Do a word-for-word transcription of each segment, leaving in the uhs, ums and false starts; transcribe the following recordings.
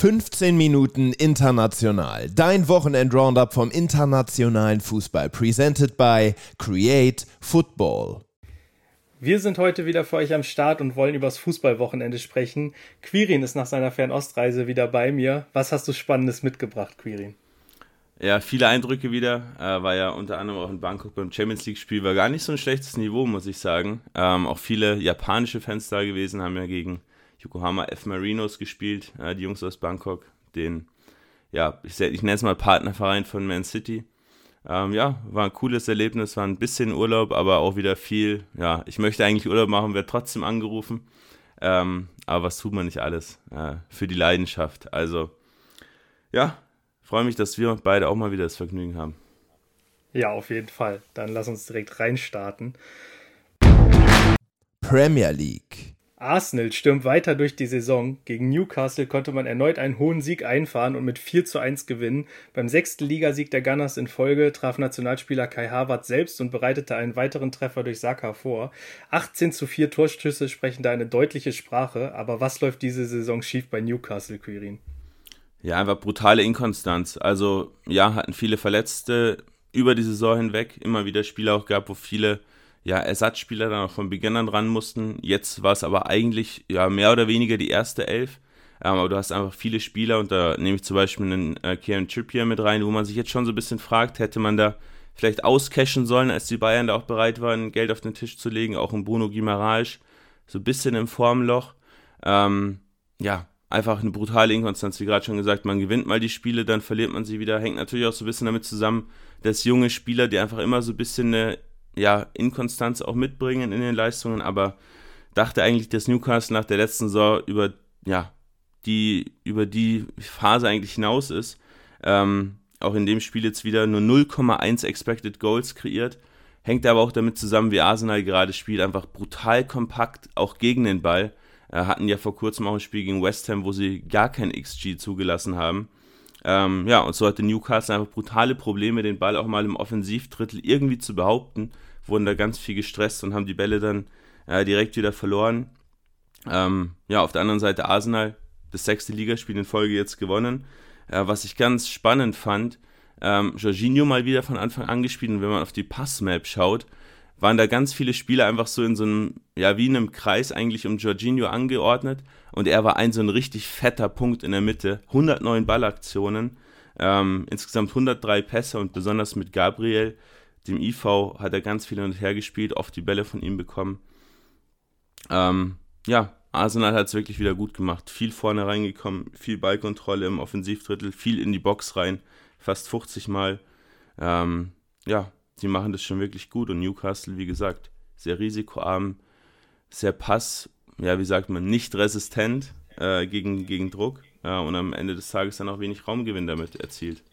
fünfzehn Minuten international. Dein Wochenend-Roundup vom internationalen Fußball. Presented by Create Football. Wir sind heute wieder für euch am Start und wollen übers Fußballwochenende sprechen. Quirin ist nach seiner Fernostreise wieder bei mir. Was hast du Spannendes mitgebracht, Quirin? Ja, viele Eindrücke wieder. Äh, war ja unter anderem auch in Bangkok beim Champions League-Spiel. War gar nicht so ein schlechtes Niveau, muss ich sagen. Ähm, auch viele japanische Fans da gewesen, haben ja gegen Yokohama F. Marinos gespielt, äh, die Jungs aus Bangkok, den, ja, ich, ich nenne es mal Partnerverein von Man City. Ähm, ja, war ein cooles Erlebnis, war ein bisschen Urlaub, aber auch wieder viel, ja, ich möchte eigentlich Urlaub machen, werde trotzdem angerufen, ähm, aber was tut man nicht alles äh, für die Leidenschaft, also, ja, freue mich, dass wir beide auch mal wieder das Vergnügen haben. Ja, auf jeden Fall, dann lass uns direkt reinstarten. Premier League. Arsenal stürmt weiter durch die Saison. Gegen Newcastle konnte man erneut einen hohen Sieg einfahren und mit vier zu eins gewinnen. Beim sechsten Ligasieg der Gunners in Folge traf Nationalspieler Kai Havertz selbst und bereitete einen weiteren Treffer durch Saka vor. achtzehn zu vier Torschüsse sprechen da eine deutliche Sprache, aber was läuft diese Saison schief bei Newcastle, Quirin? Ja, einfach brutale Inkonstanz. Also, ja, hatten viele Verletzte über die Saison hinweg. Immer wieder Spiele auch gab, wo viele ja, Ersatzspieler dann auch von Beginn an ran mussten. Jetzt war es aber eigentlich ja mehr oder weniger die erste Elf. Ähm, aber du hast einfach viele Spieler und da nehme ich zum Beispiel einen äh, Kieran Trippier mit rein, wo man sich jetzt schon so ein bisschen fragt, hätte man da vielleicht auscashen sollen, als die Bayern da auch bereit waren, Geld auf den Tisch zu legen. Auch ein Bruno Guimaraes, so ein bisschen im Formloch. Ähm, ja, einfach eine brutale Inkonstanz, wie gerade schon gesagt. Man gewinnt mal die Spiele, dann verliert man sie wieder. Hängt natürlich auch so ein bisschen damit zusammen, dass junge Spieler, die einfach immer so ein bisschen eine ja, Inkonstanz auch mitbringen in den Leistungen, aber dachte eigentlich, dass Newcastle nach der letzten Saison über, ja, die, über die Phase eigentlich hinaus ist. Ähm, auch in dem Spiel jetzt wieder nur null Komma eins Expected Goals kreiert. Hängt aber auch damit zusammen, wie Arsenal gerade spielt, einfach brutal kompakt, auch gegen den Ball. Äh, hatten ja vor kurzem auch ein Spiel gegen West Ham, wo sie gar kein X G zugelassen haben. Ähm, ja, und so hatte Newcastle einfach brutale Probleme, den Ball auch mal im Offensivdrittel irgendwie zu behaupten, wurden da ganz viel gestresst und haben die Bälle dann äh, direkt wieder verloren. Ähm, ja, auf der anderen Seite Arsenal, das sechste Ligaspiel in Folge jetzt gewonnen. Äh, was ich ganz spannend fand, ähm, Jorginho mal wieder von Anfang an gespielt und wenn man auf die Passmap schaut, waren da ganz viele Spieler einfach so in so einem, ja, wie in einem Kreis eigentlich um Jorginho angeordnet und er war ein so ein richtig fetter Punkt in der Mitte, hundertneun Ballaktionen, ähm, insgesamt hundertdrei Pässe und besonders mit Gabriel, dem I V, hat er ganz viel hin und her gespielt, oft die Bälle von ihm bekommen. Ähm, ja, Arsenal hat es wirklich wieder gut gemacht, viel vorne reingekommen, viel Ballkontrolle im Offensivdrittel, viel in die Box rein, fast fünfzig Mal, ähm, ja, die machen das schon wirklich gut und Newcastle, wie gesagt, sehr risikoarm, sehr pass, ja, wie sagt man, nicht resistent äh, gegen, gegen Druck äh, und am Ende des Tages dann auch wenig Raumgewinn damit erzielt.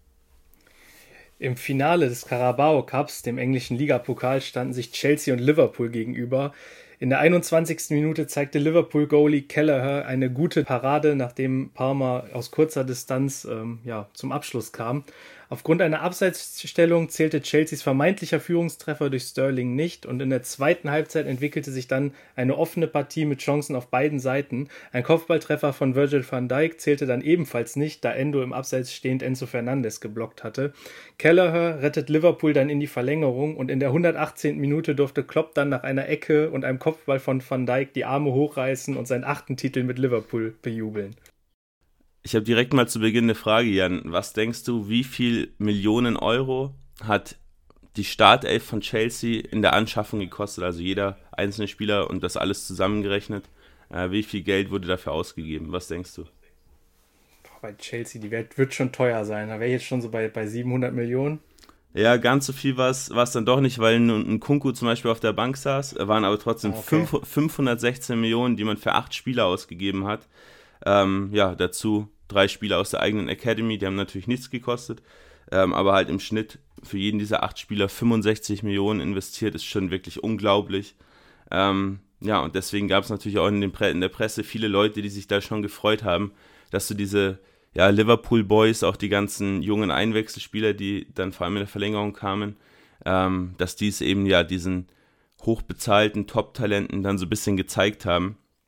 Im Finale des Carabao Cups, dem englischen Ligapokal, standen sich Chelsea und Liverpool gegenüber. In der einundzwanzigsten Minute zeigte Liverpool-Goalie Kelleher eine gute Parade, nachdem Palmer aus kurzer Distanz ähm, ja, zum Abschluss kam. Aufgrund einer Abseitsstellung zählte Chelseas vermeintlicher Führungstreffer durch Sterling nicht und in der zweiten Halbzeit entwickelte sich dann eine offene Partie mit Chancen auf beiden Seiten. Ein Kopfballtreffer von Virgil van Dijk zählte dann ebenfalls nicht, da Endo im Abseits stehend Enzo Fernandes geblockt hatte. Kelleher rettet Liverpool dann in die Verlängerung und in der hundertachtzehnten Minute durfte Klopp dann nach einer Ecke und einem Kopfball von Van Dijk die Arme hochreißen und seinen achten Titel mit Liverpool bejubeln. Ich habe direkt mal zu Beginn eine Frage, Jan. Was denkst du, wie viel Millionen Euro hat die Startelf von Chelsea in der Anschaffung gekostet? Also jeder einzelne Spieler und das alles zusammengerechnet. Äh, wie viel Geld wurde dafür ausgegeben? Was denkst du? Bei Chelsea, die Welt wird schon teuer sein. Da wäre ich jetzt schon so bei, bei siebenhundert Millionen. Ja, ganz so viel war es dann doch nicht, weil ein, ein Kunku zum Beispiel auf der Bank saß. Waren aber trotzdem ah, okay. fünfhundertsechzehn Millionen, die man für acht Spieler ausgegeben hat. Ähm, ja, dazu drei Spieler aus der eigenen Academy, die haben natürlich nichts gekostet, ähm, aber halt im Schnitt für jeden dieser acht Spieler fünfundsechzig Millionen investiert, ist schon wirklich unglaublich. Ähm, ja, und deswegen gab es natürlich auch in, den Pre- in der Presse viele Leute, die sich da schon gefreut haben, dass so diese ja, Liverpool Boys, auch die ganzen jungen Einwechselspieler, die dann vor allem in der Verlängerung kamen, ähm, dass die es eben ja diesen hochbezahlten Top-Talenten dann so ein bisschen gezeigt haben.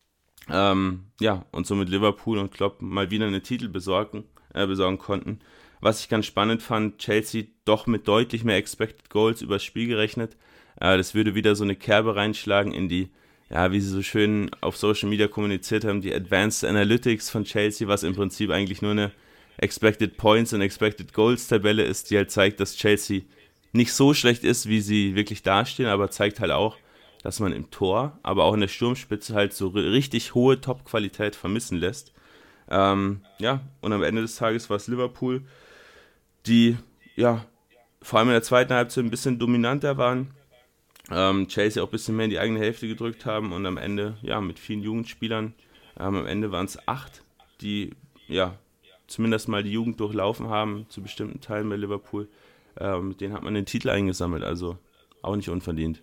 Ähm, ja, und somit Liverpool und Klopp mal wieder einen Titel besorgen, äh, besorgen konnten. Was ich ganz spannend fand, Chelsea doch mit deutlich mehr Expected Goals übers Spiel gerechnet. Äh, das würde wieder so eine Kerbe reinschlagen in die, ja, wie sie so schön auf Social Media kommuniziert haben, die Advanced Analytics von Chelsea, was im Prinzip eigentlich nur eine Expected Points und Expected Goals Tabelle ist, die halt zeigt, dass Chelsea nicht so schlecht ist, wie sie wirklich dastehen, aber zeigt halt auch, dass man im Tor, aber auch in der Sturmspitze halt so richtig hohe Top-Qualität vermissen lässt. Ähm, ja, und am Ende des Tages war es Liverpool, die ja vor allem in der zweiten Halbzeit ein bisschen dominanter waren, ähm, Chelsea auch ein bisschen mehr in die eigene Hälfte gedrückt haben und am Ende, ja, mit vielen Jugendspielern, ähm, am Ende waren es acht, die, ja, zumindest mal die Jugend durchlaufen haben, zu bestimmten Teilen bei Liverpool. Ähm, mit denen hat man den Titel eingesammelt, also auch nicht unverdient.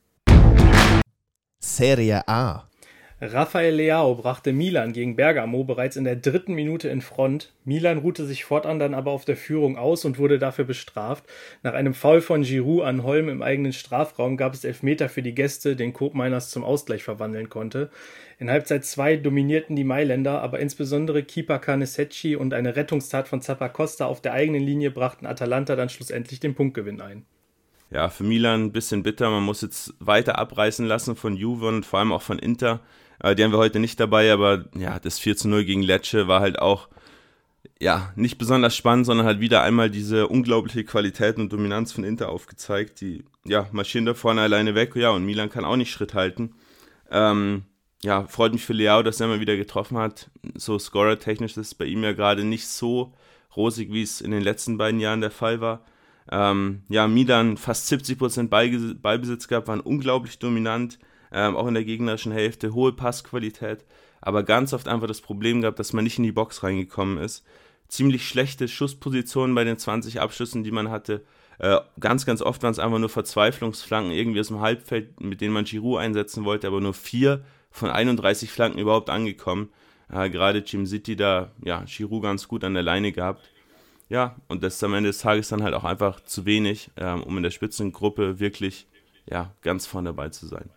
Serie A. Rafael Leao brachte Milan gegen Bergamo bereits in der dritten Minute in Front. Milan ruhte sich fortan dann aber auf der Führung aus und wurde dafür bestraft. Nach einem Foul von Giroud an Holm im eigenen Strafraum gab es Elfmeter für die Gäste, den Koopmeiners zum Ausgleich verwandeln konnte. In Halbzeit zwei dominierten die Mailänder, aber insbesondere Keeper Carnesecchi und eine Rettungstat von Zappacosta auf der eigenen Linie brachten Atalanta dann schlussendlich den Punktgewinn ein. Ja, für Milan ein bisschen bitter. Man muss jetzt weiter abreißen lassen von Juve und vor allem auch von Inter. Äh, die haben wir heute nicht dabei, aber ja, das vier zu null gegen Lecce war halt auch ja nicht besonders spannend, sondern halt wieder einmal diese unglaubliche Qualität und Dominanz von Inter aufgezeigt. Die ja marschieren da vorne alleine weg, ja, und Milan kann auch nicht Schritt halten. Ähm, ja, freut mich für Leao, dass er mal wieder getroffen hat. So scorer-technisch ist es bei ihm ja gerade nicht so rosig, wie es in den letzten beiden Jahren der Fall war. Ähm, ja, Milan fast siebzig Prozent Ballbesitz gehabt, waren unglaublich dominant, ähm, auch in der gegnerischen Hälfte, hohe Passqualität, aber ganz oft einfach das Problem gehabt, dass man nicht in die Box reingekommen ist. Ziemlich schlechte Schusspositionen bei den zwanzig Abschüssen, die man hatte. Äh, ganz, ganz oft waren es einfach nur Verzweiflungsflanken irgendwie aus dem Halbfeld, mit denen man Giroud einsetzen wollte, aber nur vier von einunddreißig Flanken überhaupt angekommen. Äh, gerade Jim City da, ja, Giroud ganz gut an der Leine gehabt. Ja, und das ist am Ende des Tages dann halt auch einfach zu wenig, ähm, um in der Spitzengruppe wirklich ja, ganz vorne dabei zu sein.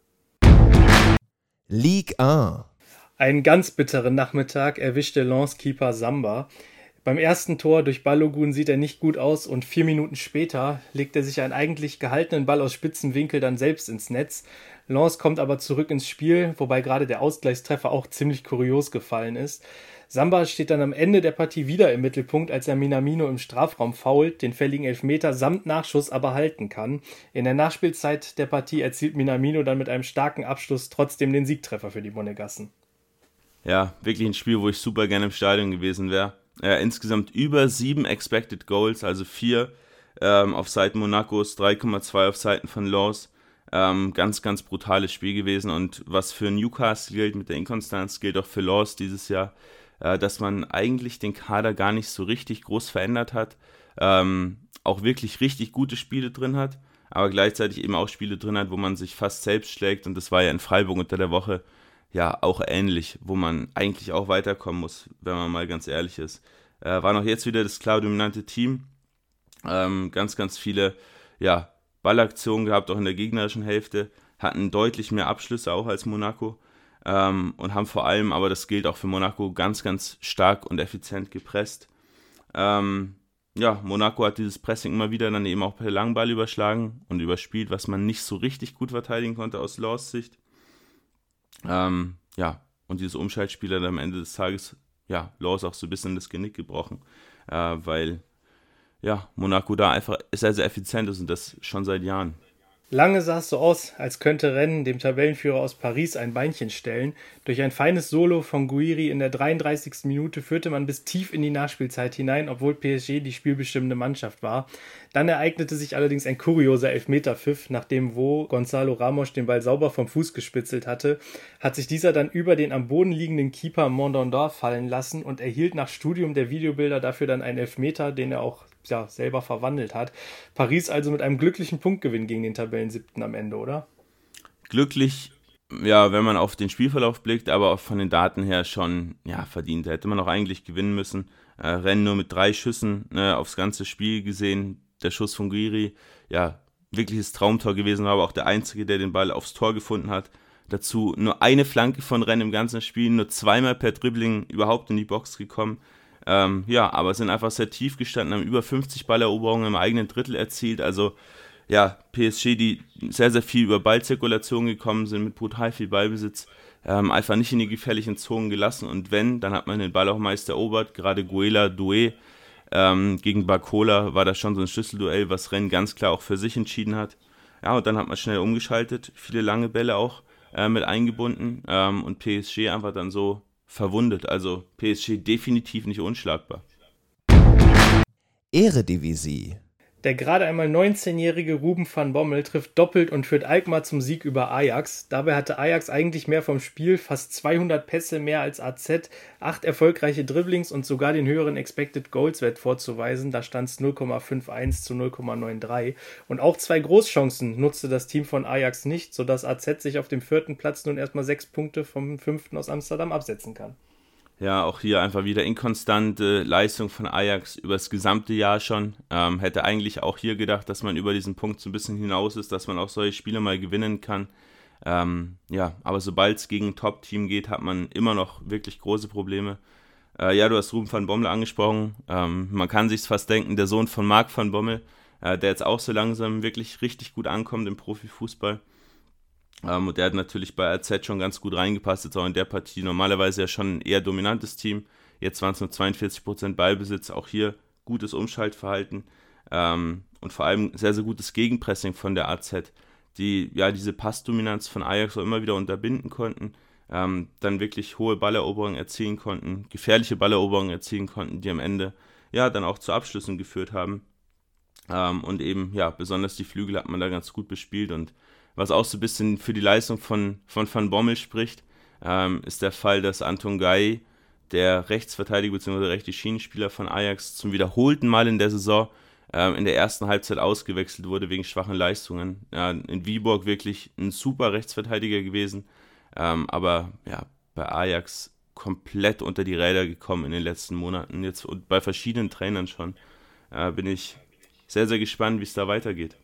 Ligue eins. Einen ganz bitteren Nachmittag erwischte Lens-Keeper Samba. Beim ersten Tor durch Balogun sieht er nicht gut aus und vier Minuten später legt er sich einen eigentlich gehaltenen Ball aus spitzen Winkel dann selbst ins Netz. Lens kommt aber zurück ins Spiel, wobei gerade der Ausgleichstreffer auch ziemlich kurios gefallen ist. Samba steht dann am Ende der Partie wieder im Mittelpunkt, als er Minamino im Strafraum foult, den fälligen Elfmeter samt Nachschuss aber halten kann. In der Nachspielzeit der Partie erzielt Minamino dann mit einem starken Abschluss trotzdem den Siegtreffer für die Monegassen. Ja, wirklich ein Spiel, wo ich super gerne im Stadion gewesen wäre. Äh, insgesamt über sieben Expected Goals, also vier ähm, auf Seiten Monacos, drei Komma zwei auf Seiten von Lens. Ähm, ganz, ganz brutales Spiel gewesen und was für Newcastle gilt mit der Inkonstanz, gilt auch für Lens dieses Jahr, äh, dass man eigentlich den Kader gar nicht so richtig groß verändert hat, ähm, auch wirklich richtig gute Spiele drin hat, aber gleichzeitig eben auch Spiele drin hat, wo man sich fast selbst schlägt und das war ja in Freiburg unter der Woche ja auch ähnlich, wo man eigentlich auch weiterkommen muss, wenn man mal ganz ehrlich ist. Äh, war noch jetzt wieder das klar dominante Team, ähm, ganz, ganz viele, ja, Ballaktionen gehabt, auch in der gegnerischen Hälfte, hatten deutlich mehr Abschlüsse auch als Monaco ähm, und haben vor allem, aber das gilt auch für Monaco, ganz, ganz stark und effizient gepresst. Ähm, ja, Monaco hat dieses Pressing immer wieder dann eben auch per Langball überschlagen und überspielt, was man nicht so richtig gut verteidigen konnte aus Lens Sicht. Ähm, ja, und dieses Umschaltspiel hat am Ende des Tages, ja, Lens auch so ein bisschen das Genick gebrochen, äh, weil ja, Monaco da einfach sehr, sehr effizient ist und das schon seit Jahren. Lange sah es so aus, als könnte Rennes dem Tabellenführer aus Paris ein Beinchen stellen. Durch ein feines Solo von Guiri in der dreiunddreißigsten Minute führte man bis tief in die Nachspielzeit hinein, obwohl P S G die spielbestimmende Mannschaft war. Dann ereignete sich allerdings ein kurioser Elfmeterpfiff, nachdem wo Gonzalo Ramos den Ball sauber vom Fuß gespitzelt hatte, hat sich dieser dann über den am Boden liegenden Keeper Mondondor fallen lassen und erhielt nach Studium der Videobilder dafür dann einen Elfmeter, den er auch ja, selber verwandelt hat. Paris also mit einem glücklichen Punktgewinn gegen den Tabellensiebten am Ende, oder? Glücklich, ja, wenn man auf den Spielverlauf blickt, aber auch von den Daten her schon, ja, verdient. Da hätte man auch eigentlich gewinnen müssen. Äh, Rennes nur mit drei Schüssen ne, aufs ganze Spiel gesehen. Der Schuss von Guiri, ja, wirkliches Traumtor gewesen, war aber auch der Einzige, der den Ball aufs Tor gefunden hat. Dazu nur eine Flanke von Rennes im ganzen Spiel, nur zweimal per Dribbling überhaupt in die Box gekommen. Ähm, ja, aber sind einfach sehr tief gestanden, haben über fünfzig Balleroberungen im eigenen Drittel erzielt. Also ja, P S G, die sehr, sehr viel über Ballzirkulation gekommen sind, mit brutal viel Ballbesitz, ähm, einfach nicht in die gefährlichen Zonen gelassen. Und wenn, dann hat man den Ball auch meist erobert. Gerade Guela, Doué ähm, gegen Barcola war das schon so ein Schlüsselduell, was Rennes ganz klar auch für sich entschieden hat. Ja, und dann hat man schnell umgeschaltet, viele lange Bälle auch äh, mit eingebunden ähm, und P S G einfach dann so verwundet. Also P S G definitiv nicht unschlagbar. Eredivisie. Der gerade einmal neunzehnjährige Ruben van Bommel trifft doppelt und führt Alkmaar zum Sieg über Ajax. Dabei hatte Ajax eigentlich mehr vom Spiel, fast zweihundert Pässe mehr als A Z, acht erfolgreiche Dribblings und sogar den höheren Expected Goals Wert vorzuweisen. Da stand es null Komma einundfünfzig zu null Komma dreiundneunzig. Und auch zwei Großchancen nutzte das Team von Ajax nicht, sodass A Z sich auf dem vierten Platz nun erstmal sechs Punkte vom fünften aus Amsterdam absetzen kann. Ja, auch hier einfach wieder inkonstante Leistung von Ajax über das gesamte Jahr schon. Ähm, hätte eigentlich auch hier gedacht, dass man über diesen Punkt so ein bisschen hinaus ist, dass man auch solche Spiele mal gewinnen kann. Ähm, ja, aber sobald es gegen ein Top-Team geht, hat man immer noch wirklich große Probleme. Äh, ja, du hast Ruben van Bommel angesprochen. Ähm, man kann sich's fast denken, der Sohn von Marc van Bommel, äh, der jetzt auch so langsam wirklich richtig gut ankommt im Profifußball. Ähm, und der hat natürlich bei A Z schon ganz gut reingepasst, jetzt auch in der Partie. Normalerweise ja schon ein eher dominantes Team. Jetzt waren es nur zweiundvierzig Prozent Ballbesitz. Auch hier gutes Umschaltverhalten ähm, und vor allem sehr, sehr gutes Gegenpressing von der A Z, die ja diese Passdominanz von Ajax auch immer wieder unterbinden konnten. Ähm, dann wirklich hohe Balleroberungen erzielen konnten, gefährliche Balleroberungen erzielen konnten, die am Ende ja dann auch zu Abschlüssen geführt haben. Ähm, und eben, ja, besonders die Flügel hat man da ganz gut bespielt. Und was auch so ein bisschen für die Leistung von, von Van Bommel spricht, ähm, ist der Fall, dass Anton Gay, der Rechtsverteidiger bzw. rechte Schienenspieler von Ajax, zum wiederholten Mal in der Saison ähm, in der ersten Halbzeit ausgewechselt wurde wegen schwachen Leistungen. Ja, in Viborg wirklich ein super Rechtsverteidiger gewesen, ähm, aber ja, bei Ajax komplett unter die Räder gekommen in den letzten Monaten. Jetzt und bei verschiedenen Trainern schon. Äh, bin ich sehr, sehr gespannt, wie es da weitergeht.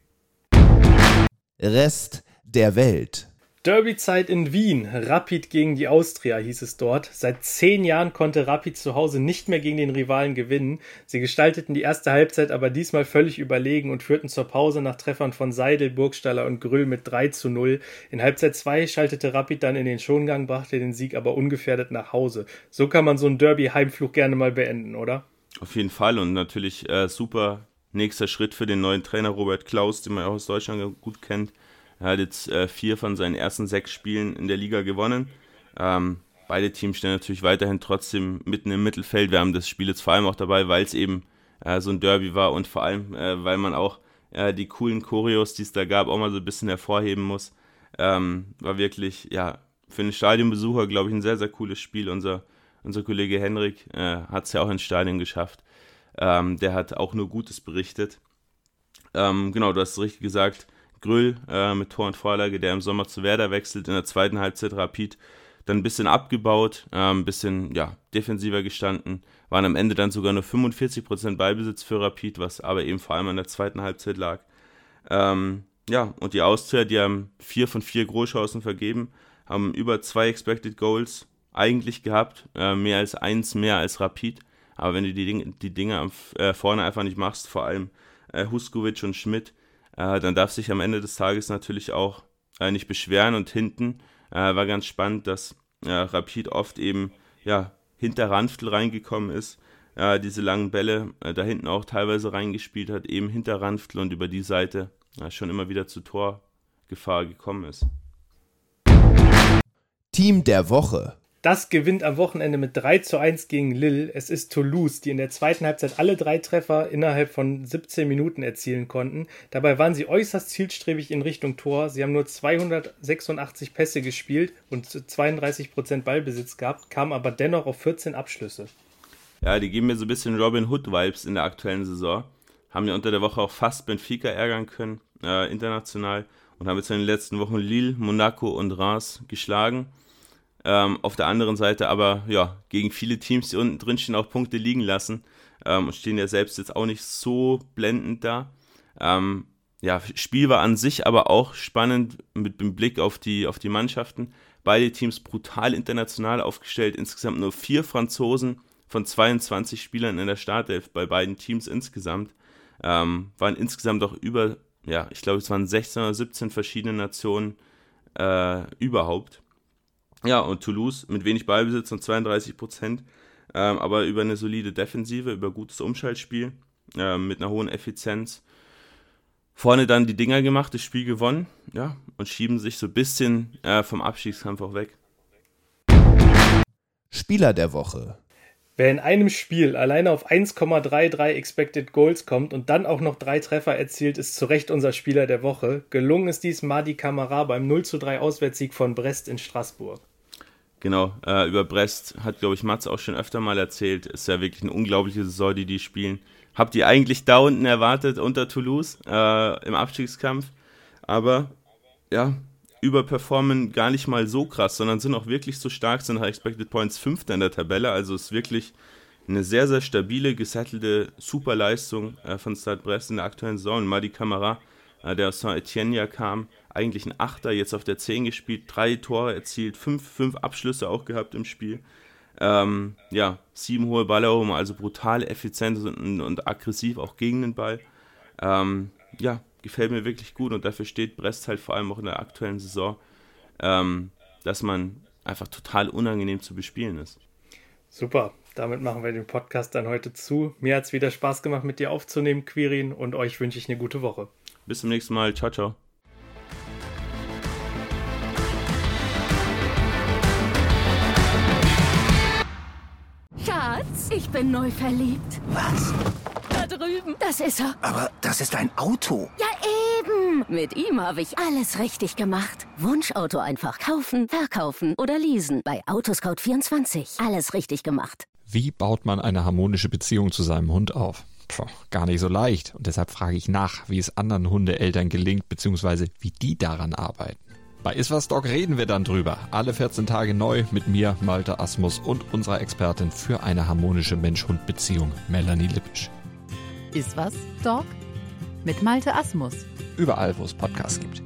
Rest der Welt. Derby-Zeit in Wien. Rapid gegen die Austria hieß es dort. Seit zehn Jahren konnte Rapid zu Hause nicht mehr gegen den Rivalen gewinnen. Sie gestalteten die erste Halbzeit aber diesmal völlig überlegen und führten zur Pause nach Treffern von Seidel, Burgstaller und Grüll mit drei zu null. In Halbzeit zwei schaltete Rapid dann in den Schongang, brachte den Sieg aber ungefährdet nach Hause. So kann man so einen Derby-Heimflug gerne mal beenden, oder? Auf jeden Fall und natürlich äh, super nächster Schritt für den neuen Trainer Robert Klaus, den man auch aus Deutschland gut kennt. Er hat jetzt äh, vier von seinen ersten sechs Spielen in der Liga gewonnen. Ähm, beide Teams stehen natürlich weiterhin trotzdem mitten im Mittelfeld. Wir haben das Spiel jetzt vor allem auch dabei, weil es eben äh, so ein Derby war und vor allem, äh, weil man auch äh, die coolen Choreos, die es da gab, auch mal so ein bisschen hervorheben muss. Ähm, war wirklich, ja, für einen Stadionbesucher, glaube ich, ein sehr, sehr cooles Spiel. Unser, unser Kollege Henrik äh, hat es ja auch ins Stadion geschafft. Ähm, der hat auch nur Gutes berichtet. Ähm, genau, du hast es richtig gesagt, Grüll äh, mit Tor und Vorlage, der im Sommer zu Werder wechselt, in der zweiten Halbzeit Rapid, dann ein bisschen abgebaut, äh, ein bisschen ja, defensiver gestanden, waren am Ende dann sogar nur fünfundvierzig Prozent Ballbesitz für Rapid, was aber eben vor allem an der zweiten Halbzeit lag. Ähm, ja, und die Austria, die haben vier von vier Großchancen vergeben, haben über zwei Expected Goals eigentlich gehabt, äh, mehr als eins mehr als Rapid. Aber wenn du die Dinge, die Dinge am, äh, vorne einfach nicht machst, vor allem äh, Huskovic und Schmidt, äh, dann darf sich am Ende des Tages natürlich auch äh, nicht beschweren. Und hinten äh, war ganz spannend, dass äh, Rapid oft eben ja, hinter Ranftl reingekommen ist, äh, diese langen Bälle äh, da hinten auch teilweise reingespielt hat, eben hinter Ranftl und über die Seite äh, schon immer wieder zu Torgefahr gekommen ist. Team der Woche. Das gewinnt am Wochenende mit drei zu eins gegen Lille. Es ist Toulouse, die in der zweiten Halbzeit alle drei Treffer innerhalb von siebzehn Minuten erzielen konnten. Dabei waren sie äußerst zielstrebig in Richtung Tor. Sie haben nur zweihundertsechsundachtzig Pässe gespielt und zweiunddreißig Prozent Ballbesitz gehabt, kamen aber dennoch auf vierzehn Abschlüsse. Ja, die geben mir so ein bisschen Robin Hood-Vibes in der aktuellen Saison. Haben ja unter der Woche auch fast Benfica ärgern können, äh, international. Und haben jetzt in den letzten Wochen Lille, Monaco und Reims geschlagen. Ähm, auf der anderen Seite aber, ja, gegen viele Teams, die unten drin stehen, auch Punkte liegen lassen ähm, und stehen ja selbst jetzt auch nicht so blendend da. Ähm, ja, Spiel war an sich aber auch spannend mit dem Blick auf die, auf die Mannschaften. Beide Teams brutal international aufgestellt, insgesamt nur vier Franzosen von zweiundzwanzig Spielern in der Startelf bei beiden Teams insgesamt. Ähm, waren insgesamt auch über, ja, ich glaube es waren sechzehn oder siebzehn verschiedene Nationen äh, überhaupt. Ja, und Toulouse mit wenig Ballbesitz und zweiunddreißig Prozent, ähm, aber über eine solide Defensive, über gutes Umschaltspiel, äh, mit einer hohen Effizienz. Vorne dann die Dinger gemacht, das Spiel gewonnen, ja, und schieben sich so ein bisschen äh, vom Abstiegskampf auch weg. Spieler der Woche. Wer in einem Spiel alleine auf eins Komma dreiunddreißig Expected Goals kommt und dann auch noch drei Treffer erzielt, ist zu Recht unser Spieler der Woche. Gelungen ist dies Mady Camara beim null zu drei Auswärtssieg von Brest in Straßburg. Genau, äh, über Brest hat, glaube ich, Mats auch schon öfter mal erzählt. Ist ja wirklich eine unglaubliche Saison, die die spielen. Habt ihr eigentlich da unten erwartet unter Toulouse äh, im Abstiegskampf? Aber ja, überperformen gar nicht mal so krass, sondern sind auch wirklich so stark, sind nach Expected Points Fünfter in der Tabelle. Also ist wirklich eine sehr, sehr stabile, gesettelte Superleistung äh, von Stade Brest in der aktuellen Saison. Und Mady Camara, äh, der aus Saint-Etienne ja kam, eigentlich ein Achter, jetzt auf der zehn gespielt, drei Tore erzielt, fünf, fünf Abschlüsse auch gehabt im Spiel. Ähm, ja, sieben hohe Balleroberungen, also brutal effizient und, und aggressiv auch gegen den Ball. Ähm, ja, gefällt mir wirklich gut und dafür steht Brest halt vor allem auch in der aktuellen Saison, ähm, dass man einfach total unangenehm zu bespielen ist. Super, damit machen wir den Podcast dann heute zu. Mir hat es wieder Spaß gemacht, mit dir aufzunehmen, Quirin, und euch wünsche ich eine gute Woche. Bis zum nächsten Mal, ciao, ciao. Schatz, ich bin neu verliebt. Was? Da drüben. Das ist er. Aber das ist ein Auto. Ja, eben. Mit ihm habe ich alles richtig gemacht. Wunschauto einfach kaufen, verkaufen oder leasen. Bei Autoscout vierundzwanzig. Alles richtig gemacht. Wie baut man eine harmonische Beziehung zu seinem Hund auf? Puh, gar nicht so leicht. Und deshalb frage ich nach, wie es anderen Hundeeltern gelingt, beziehungsweise wie die daran arbeiten. Bei Iswas Dog reden wir dann drüber. Alle vierzehn Tage neu mit mir, Malte Asmus, und unserer Expertin für eine harmonische Mensch-Hund-Beziehung, Melanie Lippisch. Iswas Dog mit Malte Asmus. Überall, wo es Podcasts gibt.